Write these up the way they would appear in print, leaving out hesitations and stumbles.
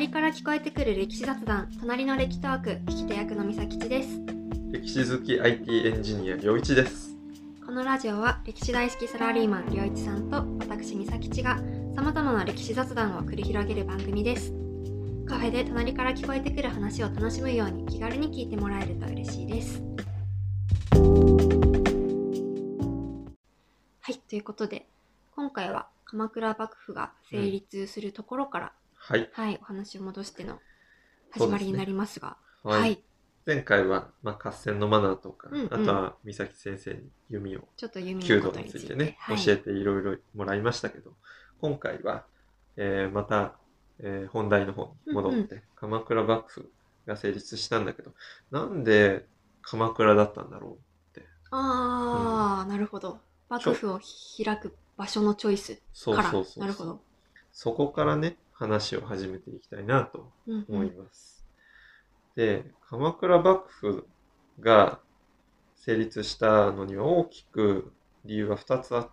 隣から聞こえてくる歴史雑談、隣の歴トーク、聞き手役のみさきちです。 歴史好き IT エンジニア良一です。 このラジオは歴史大好きサラリーマン良一さんと私みさきちが様々な歴史雑談を繰り広げる番組です。カフェで隣から聞こえてくる話を楽しむように気軽に聞いてもらえると嬉しいです。はい、ということで今回は鎌倉幕府が成立するところから、お話を戻しての始まりになりますが、 前回は、合戦のマナーとか、あとは三崎先生に弓を弓道についてね、教えていろいろもらいましたけど、今回は、また、本題の方に戻って、鎌倉幕府が成立したんだけど、なんで鎌倉だったんだろうって。 なるほど。幕府を開く場所のチョイスから。なるほど。 そこからね、話を始めていきたいなと思います。で、鎌倉幕府が成立したのには大きく理由が2つあって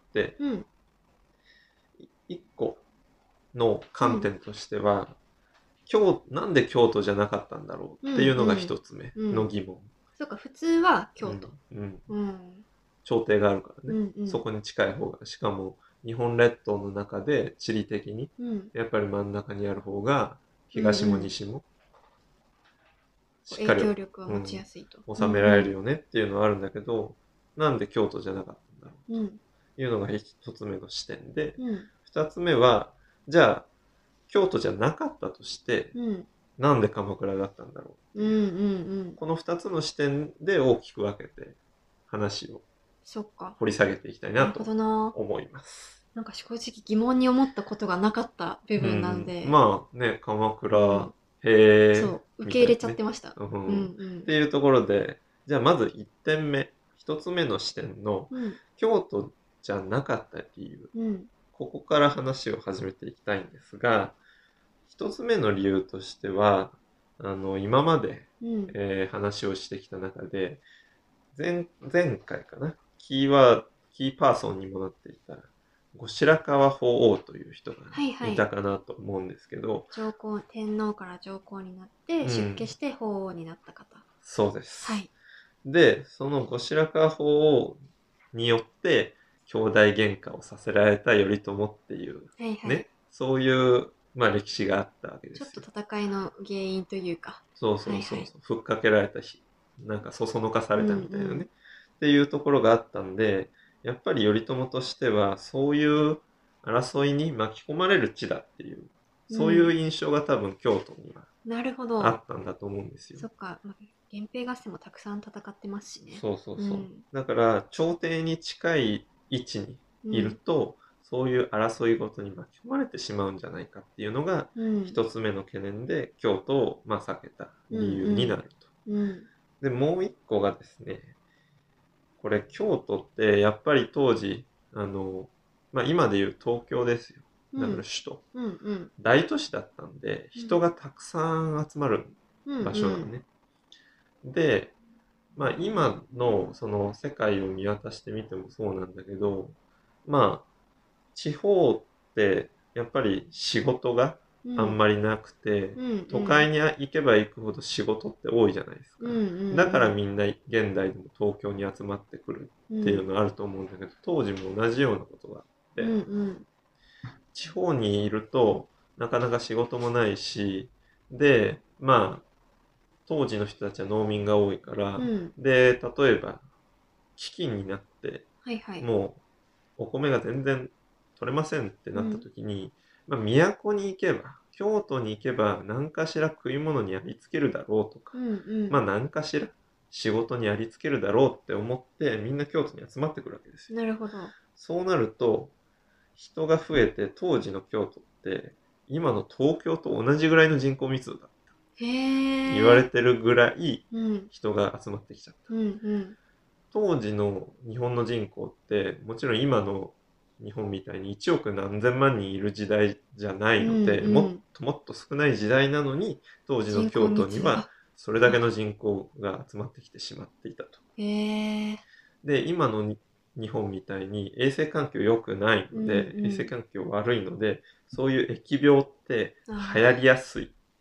、1個の観点としては、なんで京都じゃなかったんだろうっていうのが1つ目の疑問。 そうか、普通は京都。 朝廷があるからね、そこに近い方が、しかも日本列島の中で地理的に、やっぱり真ん中にある方が東も西もしっかり影響力を持ちやすいと、 収められるよねっていうのはあるんだけど、なんで京都じゃなかったんだろうというのが一つ目の視点で、二つ目はじゃあ京都じゃなかったとして、なんで鎌倉だったんだろう、この二つの視点で大きく分けて話を掘り下げていきたいなと思います。 なんか正直疑問に思ったことがなかった部分なので、 鎌倉、受け入れちゃってました。 っていうところで、じゃあまず1点目、1つ目の視点の、京都じゃなかった理由、ここから話を始めていきたいんですが、1つ目の理由としては、今まで、話をしてきた中で、前回かな、キーパーソンにもなっていた後白河法皇という人がいたかなと思うんですけど、 天皇から上皇になって出家して法皇になった方。 そうです。で、その後白河法皇によって兄弟喧嘩をさせられた頼朝っていう、そういう歴史があったわけですよ。 ちょっと戦いの原因というか。 ふっかけられたなんかそそのかされたみたいなね、っていうところがあったんで、やっぱり頼朝としてはそういう争いに巻き込まれる地だっていう、そういう印象が多分京都にはあったんだと思うんですよ。 そっか、源平合戦もたくさん戦ってますしね。 だから朝廷に近い位置にいると、そういう争いごとに巻き込まれてしまうんじゃないかっていうのが一つ目の懸念で、京都を避けた理由になると。で、もう一個がですね、これ京都ってやっぱり当時今でいう東京ですよ。だから首都、大都市だったんで人がたくさん集まる場所なのね。で、今のその世界を見渡してみてもそうなんだけど、地方ってやっぱり仕事があんまりなくて、都会に行けば行くほど仕事って多いじゃないですか。だからみんな現代でも東京に集まってくるっていうのがあると思うんだけど、当時も同じようなことがあって、地方にいるとなかなか仕事もないし、で当時の人たちは農民が多いから、で例えば飢饉になって、もうお米が全然取れませんってなった時に、都に行けば、京都に行けば何かしら食い物にありつけるだろうとか、何かしら仕事にありつけるだろうって思ってみんな京都に集まってくるわけですよ。 なるほど。 そうなると人が増えて、当時の京都って今の東京と同じぐらいの人口密度だった。言われてるぐらい人が集まってきちゃった。当時の日本の人口ってもちろん今の日本みたいに1億何千万人いる時代じゃないので、もっと少ない時代なのに当時の京都にはそれだけの人口が集まってきてしまっていたと。で、今の日本みたいに衛生環境良くないので、衛生環境悪いので、そういう疫病って流行りやすい。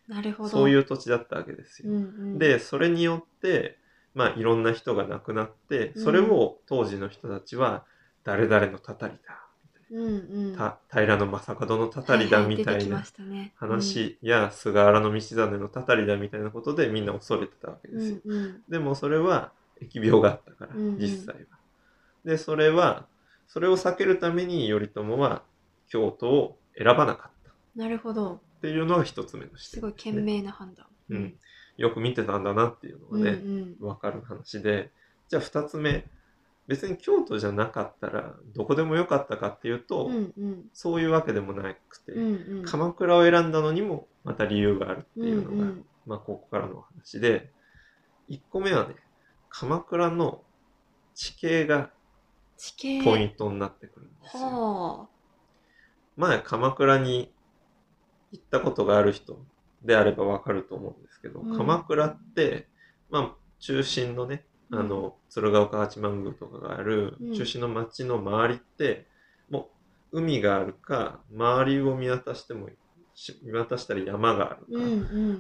なるほど。 そういう土地だったわけですよ。 うんうん、 で、それによって、まあいろんな人が亡くなって、それを当時の人たちは誰々のたたりだ。 うんうん、 平将門のたたりだはいはい、出てきまみたいなしたね。 話や、菅原道真のたたりだみたいなことでみんな恐れてたわけうですよ。 んうん、 でもそれは疫病があったから、 うんうん、 実際は。で、それを避けるために頼朝は京都を選ばなかったっなるほど。 ていうのが一つ目の視すごい賢点ですね。 明な判断。 うん。よく見てたんだなっていうのがうんうね、 ん、 わかる話で、じゃあ二つ目、別に京都じゃなかったらどこでもよかったかっていうと、 うんうん、 そういうわけでもなくて、 うんうん、 鎌倉を選んだのにもまた理由があるっていうのが、 うんうん、 まあここからのお話で、1個目はね、鎌倉の地形が地形。 ポイントになってくるんですよ。 はあ。 前鎌倉に行ったことがある人であればわかると思うんですけど、 うん、 鎌倉って、まあ中心のね、鶴岡八幡宮とかがある中心の町の周りって、もう海があるか、周りを見渡しても、見渡したら山があるうんか、 うん、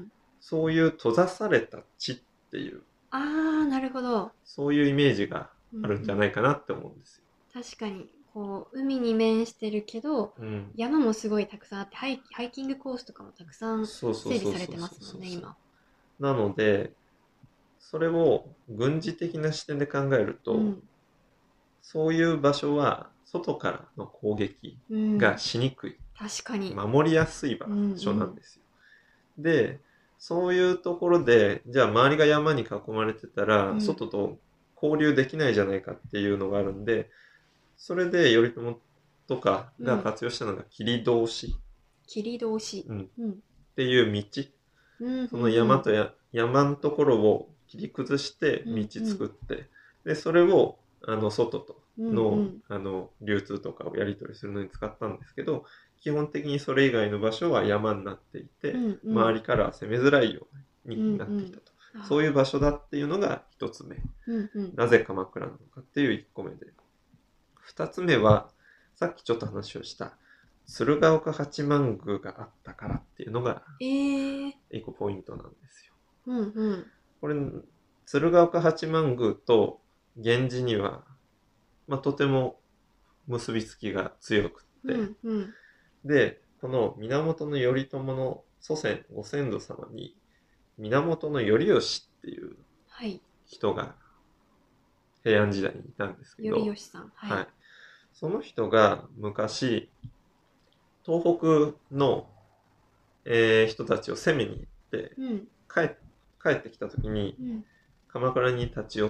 そういう閉ざされた地っていう、 ああ、なるほど。 そういうイメージがあるんじゃうんうん、 ないかなって思うんですよ。 確かに、こう、海に面してるけど、 うん。 山もすごいたくさんあって、ハイキングコースとかもたくさんそうそう整備されそうそうてますもんね、 そうそう。 今。 なので、それを軍事的な視点で考えると、 うん、 そういう場所は外からの攻撃うがん、 しにくい、 確かに。 守りやすい場うんう所なんん、 ですよ。で、そういうところで、じゃあ周りが山に囲まれてたら、 うん、 外と交流できないじゃないかっていうのがあるんで、それで頼朝とかがうん、 活用したのが切通し、 切通し。 うん、っうん、 ていう道、 うん、 そのうん、 山のところを切り崩して道うん、うん、 作って、で、それを外とうん、うのん、 流通とかをやり取りするのに使ったんですけど、基本的にそれ以外の場所は山になっていて、 うん、うん、 周りから攻めづらいよううにん、うん、 なっていたと。そういう場所だっていうのが一つ目。 うん、うん、 なぜ鎌倉なのかっていう一個目で。二つ目は、さっきちょっと話をした鶴岡八幡宮があったからっていうのが一個ポイントなんですよ。 うん、うん、 これ、鶴岡八幡宮と源氏には、まあ、とても結びつきが強くって、 うん、うん、 で、この源頼朝のご先祖様に、源頼義っていうはい。 人が平安時代にいたんですけ頼ど、 義さん。はい。 はい。その人が昔、東北の、人たちを攻めに行ってうん、 帰ってきた時にうん、 鎌倉に立ち寄って、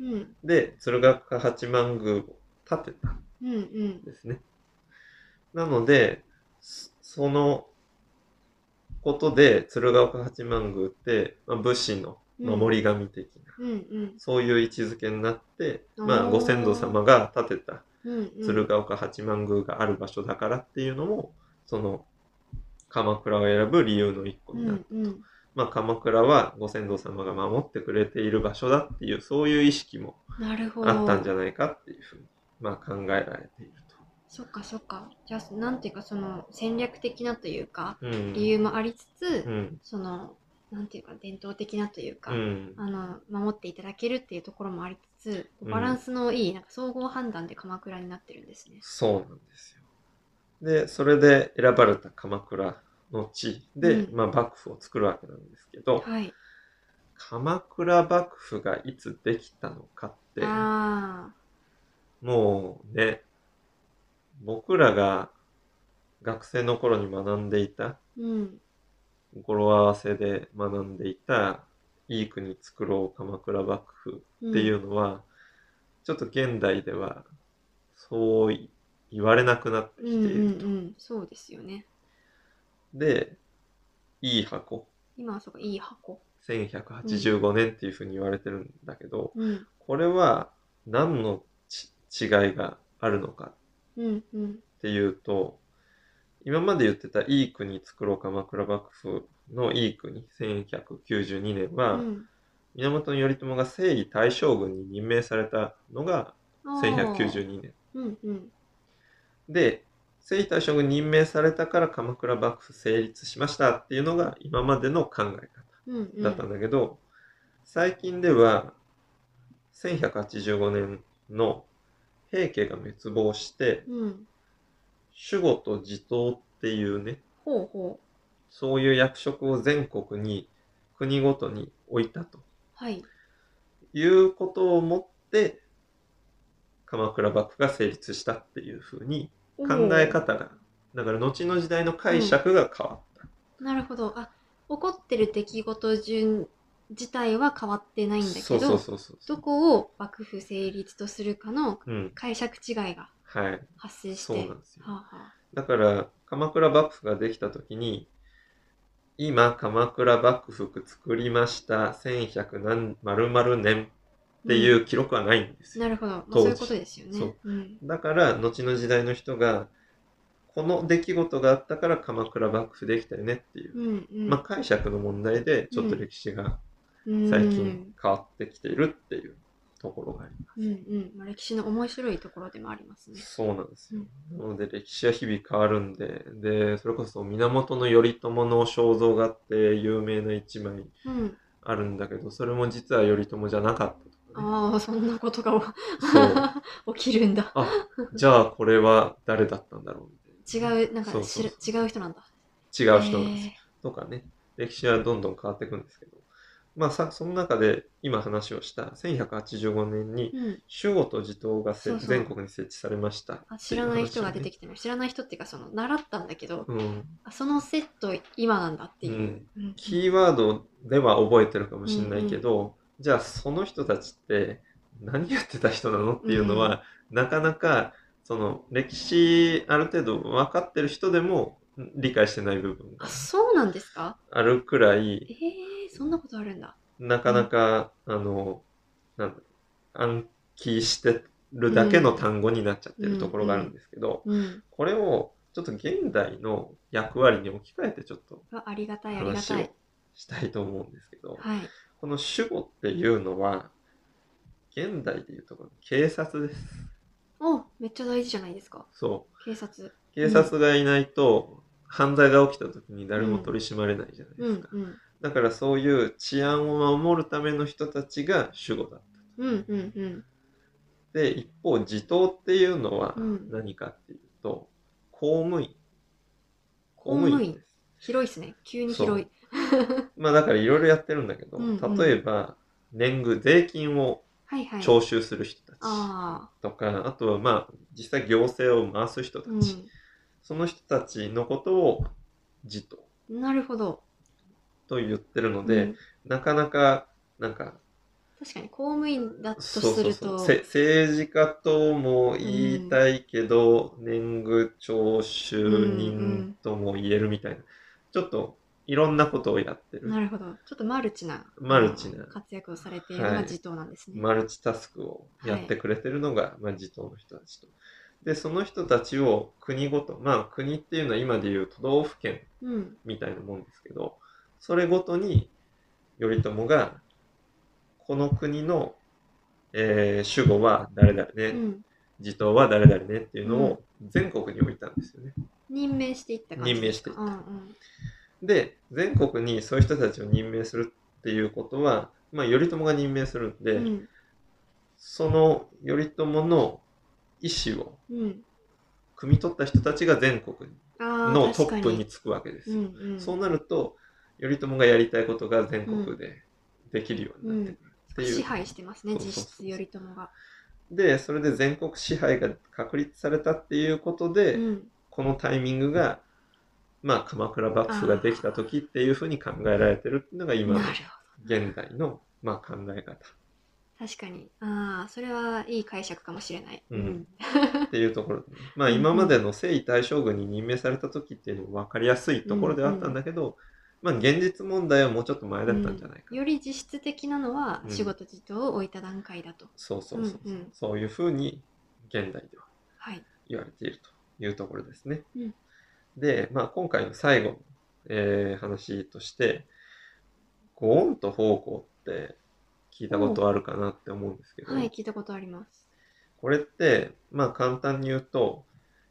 うん、 で鶴岡八幡宮を建てたんうん、うん、 ですね。なのでそのことで鶴岡八幡宮って、まあ、武士の守り神的な、 うん、うん、 そういう位置づけになって、 おまあ、ご先祖様ー、 が建てたうん、うん、 鶴岡八幡宮がある場所だからっていうのも、その鎌倉を選ぶ理由の一個うになった。 ん、うん。 まあ、鎌倉はご先祖様が守ってくれている場所だっていう、そういう意識もなるほあったんじど。 ゃないかっていうふうに、まあ、考えられているそっかそっか。じゃあ、なんていうか、その戦略的なというか、 と。うん。 理由もありつつ、 うん。 その、なんていうか、伝統的なというか、 うん。 守っていただけるっていうところもありつつ、 うんバランスのいい、なんか総合判断で鎌倉になってるんですね。 そうなんですよ。で、それで選ばれた鎌倉の地で、 うん。 まあ、幕府を作るわけなんですけど、 はい。 鎌倉幕府がいつできたのかって、 ああ、 もうね、僕らが学生の頃に学んでいた、 うん。 語呂合わせで学んでいた、いい国作ろう鎌倉幕府っていうん。 うのは、ちょっと現代ではそう言われなくなってうんうんうきていると。 ん。そうですよね。 で、いい箱、 今はそうか、いい箱。 1185年っていうふうに言われてるんだけど、 うん。 これは何の違いがあるのかうんうん。 っていうと、今まで言ってたいい国作ろう鎌倉幕府のいい国1192年は、 うん。 源頼朝が征夷大将軍に任命されたのがああ。 1192年。 うんうん。 で、 征夷大将軍に任命されたから鎌倉幕府成立しましたっていうのが今までの考え方だったんだけど、最近では1185年の平家が滅亡して、守護と地頭っていうね、そういう役職を全国に国ごとに置いたと、いうことをもって鎌倉幕府が成立したっていうふうに考え方が、だから後の時代の解釈が変わった。 なるほど。起こってる出来事順自体は変わってないんだけど、どこを幕府成立とするかの解釈違いが発生して、 そうなんですよ。だから鎌倉幕府ができた時に、今鎌倉幕府作りました1100何〇〇年っていう記録はないんですよ。 なるほど。そういうことですよね。 だから後の時代の人がこの出来事があったから鎌倉幕府できたよねっていう、解釈の問題でちょっと歴史が最近変わってきているっていうところがあります。 歴史の面白いところでもありますね。 そうなんですよ。なので歴史は日々変わるんで、それこそ源頼朝の肖像画って有名な一枚あるんだけど、それも実は頼朝じゃなかったとかね。 そんなことが起きるんだ。 じゃあこれは誰だったんだろうみたいな。 違う、なんか違う人なんだ。 違う人なんです。とかね。歴史はどんどん変わっていくんですけど。その中で今話をした1185年に守護と地頭が全国に設置されました。 知らない人が出てきてる。知らない人っていうか、習ったんだけど、そのセット今なんだっていう。 キーワードでは覚えてるかもしれないけど、じゃあその人たちって何やってた人なのっていうのは、なかなかその歴史ある程度分かってる人でも理解してない部分がそうなんですか？ あるくらい、 そんなことあるんだ。 なかなか、暗記してるだけの単語になっちゃってるところがあるんですけど、これをちょっと現代の役割に置き換えてちょっと話をしたいと思うんですけど、この守護っていうのは現代でいうところの警察です。 めっちゃ大事じゃないですか。 そう。 警察がいないと犯罪が起きた時に誰も取り締まれないじゃないですか。だからそういう治安を守るための人たちが守護だった。で、一方、地頭っていうのは何かっていうと、公務員。 公務員です。広いですね。急に広い。 だからいろいろやってるんだけど、例えば、年貢、税金を徴収する人たちとか、あとは実際行政を回す人たち、その人たちのことを地頭。 なるほど。 と言ってるので、なかなか確かに公務員だとすると政治家とも言いたいけど、年貢徴収人とも言えるみたいな、ちょっといろんなことをやってる。 なるほど。ちょっとマルチな活躍をされているのが地頭なんですね。 マルチタスクをやってくれてるのが、地頭の人たちと。で、その人たちを国ごと、国っていうのは今でいう都道府県みたいなもんですけど、それごとに頼朝がこの国の、守護は誰々ね、地頭は誰々ねっていうのを全国に置いたんですよね。 任命していった感じですか？ で、全国にそういう人たちを任命するっていうことは、頼朝が任命するんで、その頼朝の意思を汲み取った人たちが全国のトップにつくわけですよ。そうなると頼朝がやりたいことが全国でできるようになってくるっていう、 支配してますね、実質頼朝が。 でそれで全国支配が確立されたっていうことで、このタイミングが鎌倉幕府ができた時っていうふうに考えられてるっていうのが今の現代の考え方。 確かに。それはいい解釈かもしれない。 っていうところで、今までの征夷大将軍に任命された時っていうのも分かりやすいところではあったんだけど、現実問題はもうちょっと前だったんじゃないか。 より実質的なのは守護と地頭を置いた段階だと。 そういうふうに現代では言われているというところですね。で、今回の最後の、話として、ご恩と奉公って聞いたことあるかなって思うんですけど。 聞いたことあります。 これって、簡単に言うと、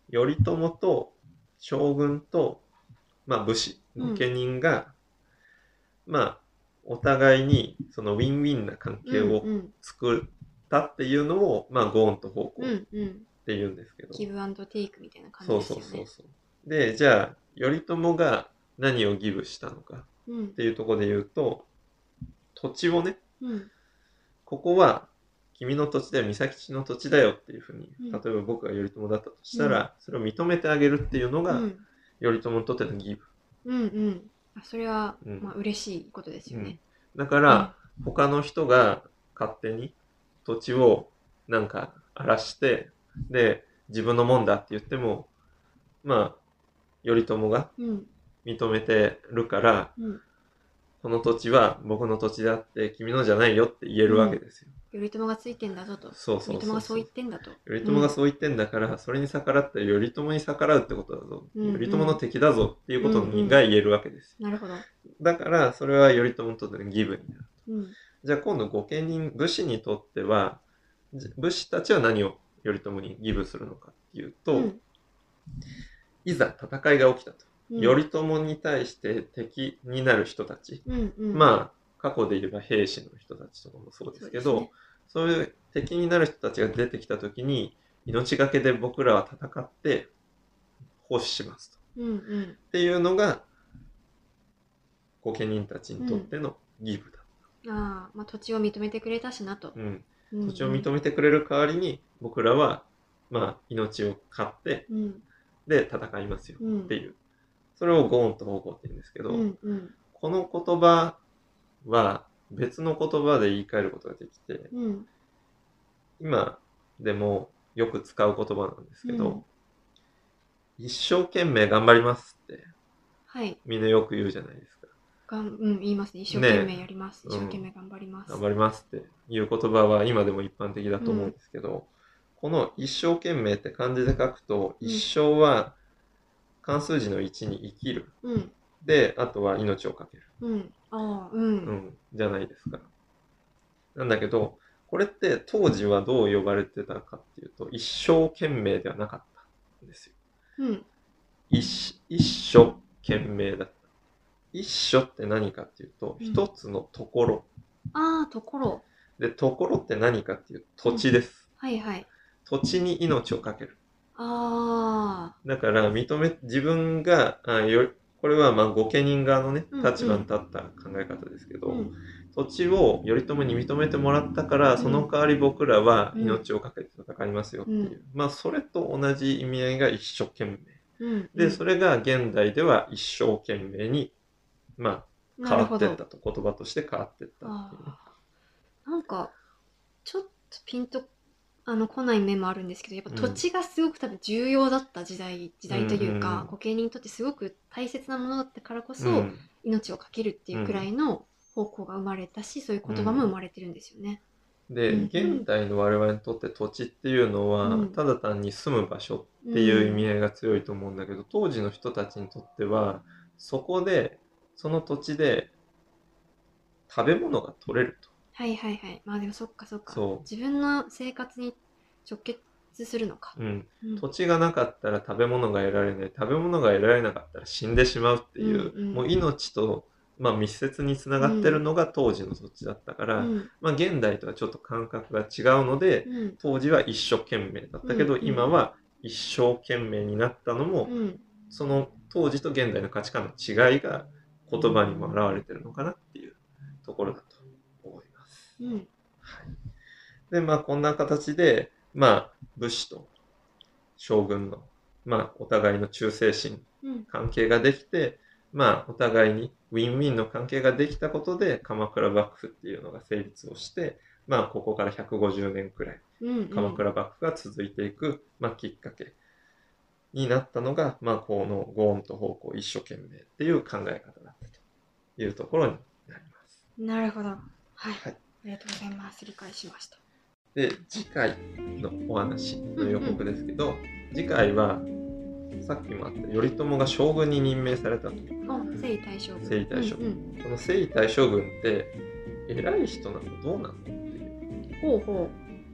頼朝と将軍と、武士御家人が、お互いにそのウィンウィンな関係を作ったっていうのを、ゴーンと方向っていうんですけど、 ギブアンドテイクみたいな感じですよね。 そうで、じゃあ頼朝が何をギブしたのかっていうところで言うと、土地をね、ここは君の土地だよ、三崎地の土地だよっていうふうに、例えば僕が頼朝だったとしたら、それを認めてあげるっていうのが、頼朝にとってのギブ。 それは、嬉しいことですよね。 だから、他の人が勝手に土地をなんか荒らして、で、自分のもんだって言っても、頼朝が認めてるから、この土地は僕の土地だって君のじゃないよって言えるわけですよ。 頼朝がついてんだぞと。頼朝がそう言ってんだと。 頼朝がそう言ってんだから、それに逆らったら頼朝に逆らうってことだぞ。頼朝の敵だぞっていうことが言えるわけです。 なるほど。 だから、それは頼朝にとってのギブになる。じゃあ今度御家人、武士にとっては、武士たちは何を頼朝にギブするのかっていうと、いざ戦いが起きたと。頼朝に対して敵になる人たち、過去で言えば兵士の人たちとかもそうですけど、そういう敵になる人たちが出てきたときに、命がけで僕らは戦って奉仕しますと、っていうのが御家人たちにとってのギブだ。 土地を認めてくれたしなと。 土地を認めてくれる代わりに僕らは命を買って、で戦いますよっていう。それをゴーンと方向って言うんですけど、この言葉は別の言葉で言い換えることができて、今でもよく使う言葉なんですけど、一生懸命頑張りますって、みんなよく言うじゃないですか。 言いますね。一生懸命やります。一生懸命頑張ります。 頑張りますっていう言葉は今でも一般的だと思うんですけど、この一生懸命って漢字で書くと、一生は漢数字の1に生きる。で、あとは命をかける。じゃないですか。なんだけど、これって当時はどう呼ばれてたかっていうと、一生懸命ではなかったんですよ。一生懸命だった。一所って何かっていうと、一つのところ。 ところ。 で、ところって何かっていうと土地です。土地に命をかける。だから自分がこれは御家人側のね、立場に立った考え方ですけど、土地を頼朝に認めてもらったから、その代わり僕らは命をかけて戦いますよっていう、それと同じ意味合いが一生懸命、でそれが現代では一生懸命に変わっていったと、言葉として変わっていったっていう、 なんかちょっとピンと来ない面もあるんですけど、やっぱ土地がすごく多分重要だった時代というか、御家人にとってすごく大切なものだったからこそ、命をかけるっていうくらいの方向が生まれたし、そういう言葉も生まれてるんですよね。 で、現代の我々にとって土地っていうのは、ただ単に住む場所っていう意味合いが強いと思うんだけど、当時の人たちにとってはその土地で食べ物が取れると。 でもそっか自分の生活に直結するのか。 土地がなかったら食べ物が得られない、食べ物が得られなかったら死んでしまうっていう、もう命と密接につながってるのが当時の土地だったから、現代とはちょっと感覚が違うので、当時は一生懸命だったけど、今は一生懸命になったのも、その当時と現代の価値観の違いが言葉にも表れてるのかなっていうところだと思います。でこんな形で武士と将軍のお互いの忠誠心、関係ができて、お互いにウィンウィンの関係ができたことで鎌倉幕府っていうのが成立をして、ここから150年くらい鎌倉幕府が続いていく、きっかけになったのが、このゴーンと方向一生懸命っていう考え方だったというところになります。 なるほど。ありがとうございます。理解しました。 で、次回のお話の予告ですけど、次回はさっきもあった頼朝が将軍に任命されたと。 征夷大将軍。 征夷大将軍。この征夷大将軍って偉い人なのどうなのっていう。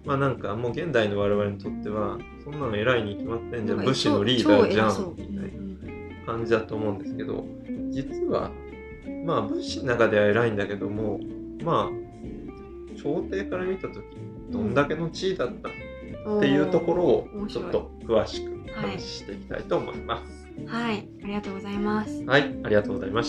まあなんかもう現代の我々にとってはそんなの偉いに決まってんじゃん、 なんか武士のリーダーじゃ超偉そうんみたいな感じだと思うんですけど、実はまあ武士の中では偉いんだけども、まあ朝廷から見た時どんだけの地位だったっていうところをちょっと詳しく話していきたいと思います。 はい、ありがとうございます。 はい、ありがとうございました。